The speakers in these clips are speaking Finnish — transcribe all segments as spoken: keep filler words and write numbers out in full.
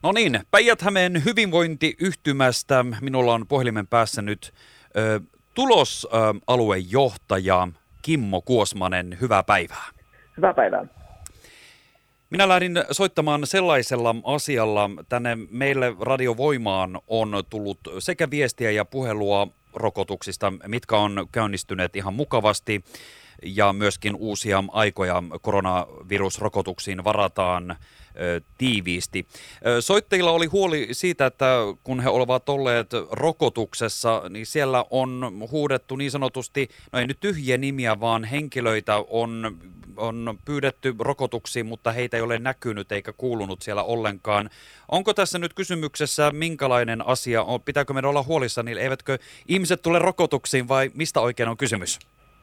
No niin, Päijät-Hämeen hyvinvointiyhtymästä minulla on puhelimen päässä nyt ö, tulosaluejohtaja Kimmo Kuosmanen. Hyvää päivää. Hyvää päivää. Minä lähdin soittamaan sellaisella asialla. Tänne meille Radiovoimaan on tullut sekä viestiä ja puhelua rokotuksista, mitkä on käynnistyneet ihan mukavasti. Ja myöskin uusia aikoja koronavirusrokotuksiin varataan ö, tiiviisti. Ö, soittajilla oli huoli siitä, että kun he ovat olleet rokotuksessa, niin siellä on huudettu niin sanotusti, no ei nyt tyhjiä nimiä, vaan henkilöitä on, on pyydetty rokotuksiin, mutta heitä ei ole näkynyt eikä kuulunut siellä ollenkaan. Onko tässä nyt kysymyksessä minkälainen asia? Pitääkö meidän olla huolissaan, niin eivätkö ihmiset tule rokotuksiin vai mistä oikein on kysymys?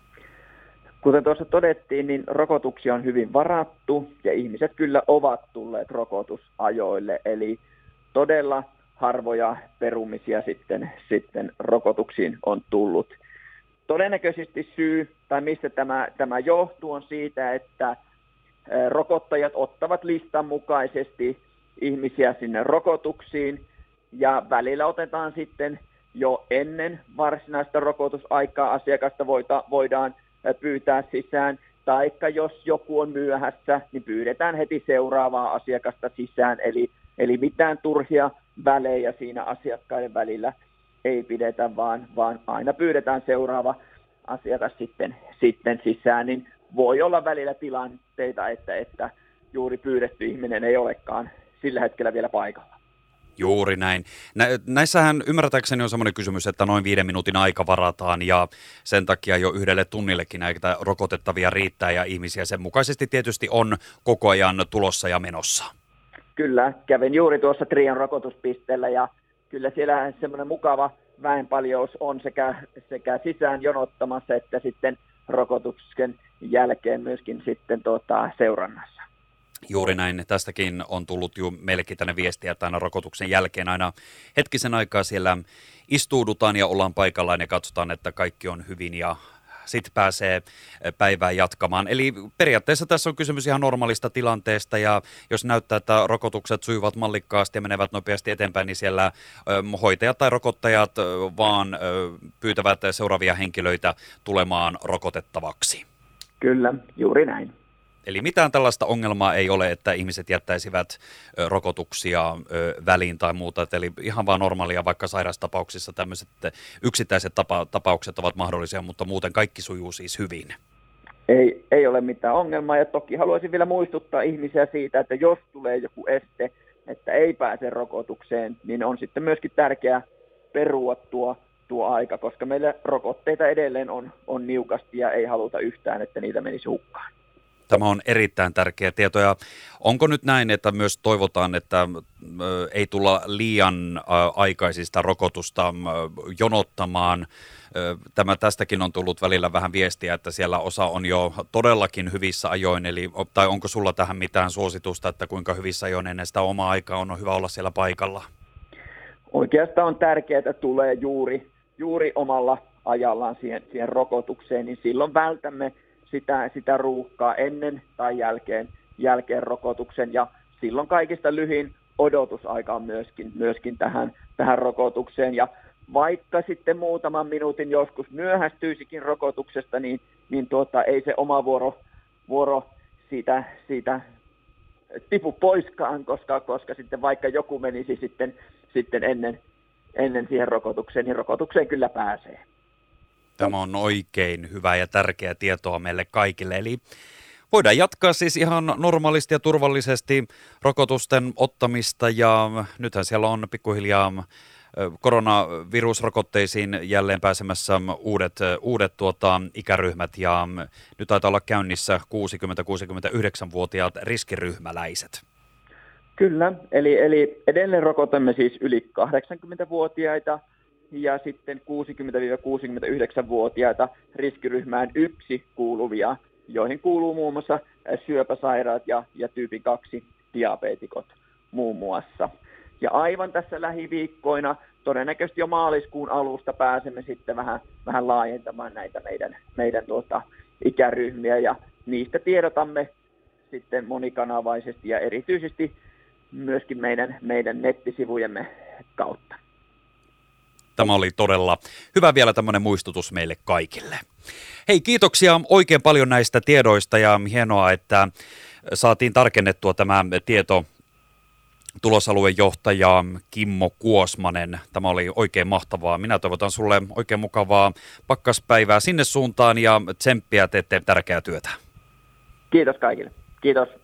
Kuten tuossa todettiin, niin rokotuksia on hyvin varattu ja ihmiset kyllä ovat tulleet rokotusajoille. Eli todella harvoja perumisia sitten, sitten rokotuksiin on tullut. Todennäköisesti syy, tai mistä tämä, tämä johtuu, on siitä, että rokottajat ottavat listan mukaisesti ihmisiä sinne rokotuksiin ja välillä otetaan sitten jo ennen varsinaista rokotusaikaa asiakasta voida, voidaan pyytää sisään, taikka jos joku on myöhässä, niin pyydetään heti seuraavaa asiakasta sisään, eli, eli mitään turhia välejä siinä asiakkaiden välillä ei pidetä, vaan, vaan aina pyydetään seuraava asiakas sitten, sitten sisään, niin voi olla välillä tilanteita, että, että juuri pyydetty ihminen ei olekaan sillä hetkellä vielä paikalla. Juuri näin. Nä, näissähän ymmärtääkseni on semmoinen kysymys, että noin viiden minuutin aika varataan ja sen takia jo yhdelle tunnillekin näitä rokotettavia riittää ja ihmisiä sen mukaisesti tietysti on koko ajan tulossa ja menossa. Kyllä, kävin juuri tuossa Trion rokotuspisteellä ja kyllä siellä semmoinen mukava väenpaljous on sekä, sekä sisään jonottamassa että sitten rokotuksen jälkeen myöskin sitten tuota, seurannassa. Juuri näin. Tästäkin on tullut jo meillekin tänne viestiä, että aina rokotuksen jälkeen aina hetkisen aikaa siellä istuudutaan ja ollaan paikallaan ja katsotaan, että kaikki on hyvin ja sitten pääsee päivää jatkamaan. Eli periaatteessa tässä on kysymys ihan normaalista tilanteesta ja jos näyttää, että rokotukset sujuvat mallikkaasti ja menevät nopeasti eteenpäin, niin siellä ö, hoitajat tai rokottajat ö, vaan ö, pyytävät seuraavia henkilöitä tulemaan rokotettavaksi. Kyllä, juuri näin. Eli mitään tällaista ongelmaa ei ole, että ihmiset jättäisivät ö, rokotuksia ö, väliin tai muuta. Eli ihan vaan normaalia, vaikka sairastapauksissa tämmöiset yksittäiset tapa- tapaukset ovat mahdollisia, mutta muuten kaikki sujuu siis hyvin. Ei, ei ole mitään ongelmaa ja toki haluaisin vielä muistuttaa ihmisiä siitä, että jos tulee joku este, että ei pääse rokotukseen, niin on sitten myöskin tärkeää perua tuo, tuo aika, koska meillä rokotteita edelleen on, on niukasti ja ei haluta yhtään, että niitä menisi hukkaan. Tämä on erittäin tärkeä tieto ja onko nyt näin, että myös toivotaan, että ei tulla liian aikaisista rokotusta jonottamaan. Tämä tästäkin on tullut välillä vähän viestiä, että siellä osa on jo todellakin hyvissä ajoin, eli, tai onko sulla tähän mitään suositusta, että kuinka hyvissä ajoin ennen sitä omaa aikaa on hyvä olla siellä paikalla? Oikeastaan on tärkeää, että tulee juuri, juuri omalla ajallaan siihen, siihen rokotukseen, niin silloin vältämme Sitä, sitä ruuhkaa ennen tai jälkeen, jälkeen rokotuksen ja silloin kaikista lyhin odotusaika on myöskin, myöskin tähän, tähän rokotukseen ja vaikka sitten muutaman minuutin joskus myöhästyisikin rokotuksesta, niin, niin tuota, ei se oma vuoro, vuoro siitä, siitä tipu poiskaan, koska, koska sitten vaikka joku menisi sitten, sitten ennen, ennen siihen rokotukseen, niin rokotukseen kyllä pääsee. Tämä on oikein hyvää ja tärkeää tietoa meille kaikille. Eli voidaan jatkaa siis ihan normaalisti ja turvallisesti rokotusten ottamista ja nythän siellä on pikkuhiljaa koronavirusrokotteisiin jälleen pääsemässä uudet, uudet tuota, ikäryhmät ja nyt taitaa olla käynnissä kuusikymmentä-kuusikymmentäyhdeksän-vuotiaat riskiryhmäläiset. Kyllä, eli, eli edelleen rokotamme siis yli kahdeksankymmentävuotiaita. Ja sitten kuusikymmentä-kuusikymmentäyhdeksän-vuotiaita riskiryhmään yksi kuuluvia, joihin kuuluu muun muassa syöpäsairaat ja, ja tyypin kaksi diabeetikot muun muassa. Ja aivan tässä lähiviikkoina, todennäköisesti jo maaliskuun alusta pääsemme sitten vähän, vähän laajentamaan näitä meidän, meidän tuota, ikäryhmiä ja niistä tiedotamme sitten monikanavaisesti ja erityisesti myöskin meidän, meidän nettisivujemme kautta. Tämä oli todella hyvä vielä tämmöinen muistutus meille kaikille. Hei, kiitoksia oikein paljon näistä tiedoista ja hienoa, että saatiin tarkennettua tämä tieto tulosalueen johtaja Kimmo Kuosmanen. Tämä oli oikein mahtavaa. Minä toivotan sulle oikein mukavaa pakkaspäivää sinne suuntaan ja tsemppiä, teette tärkeää työtä. Kiitos kaikille. Kiitos.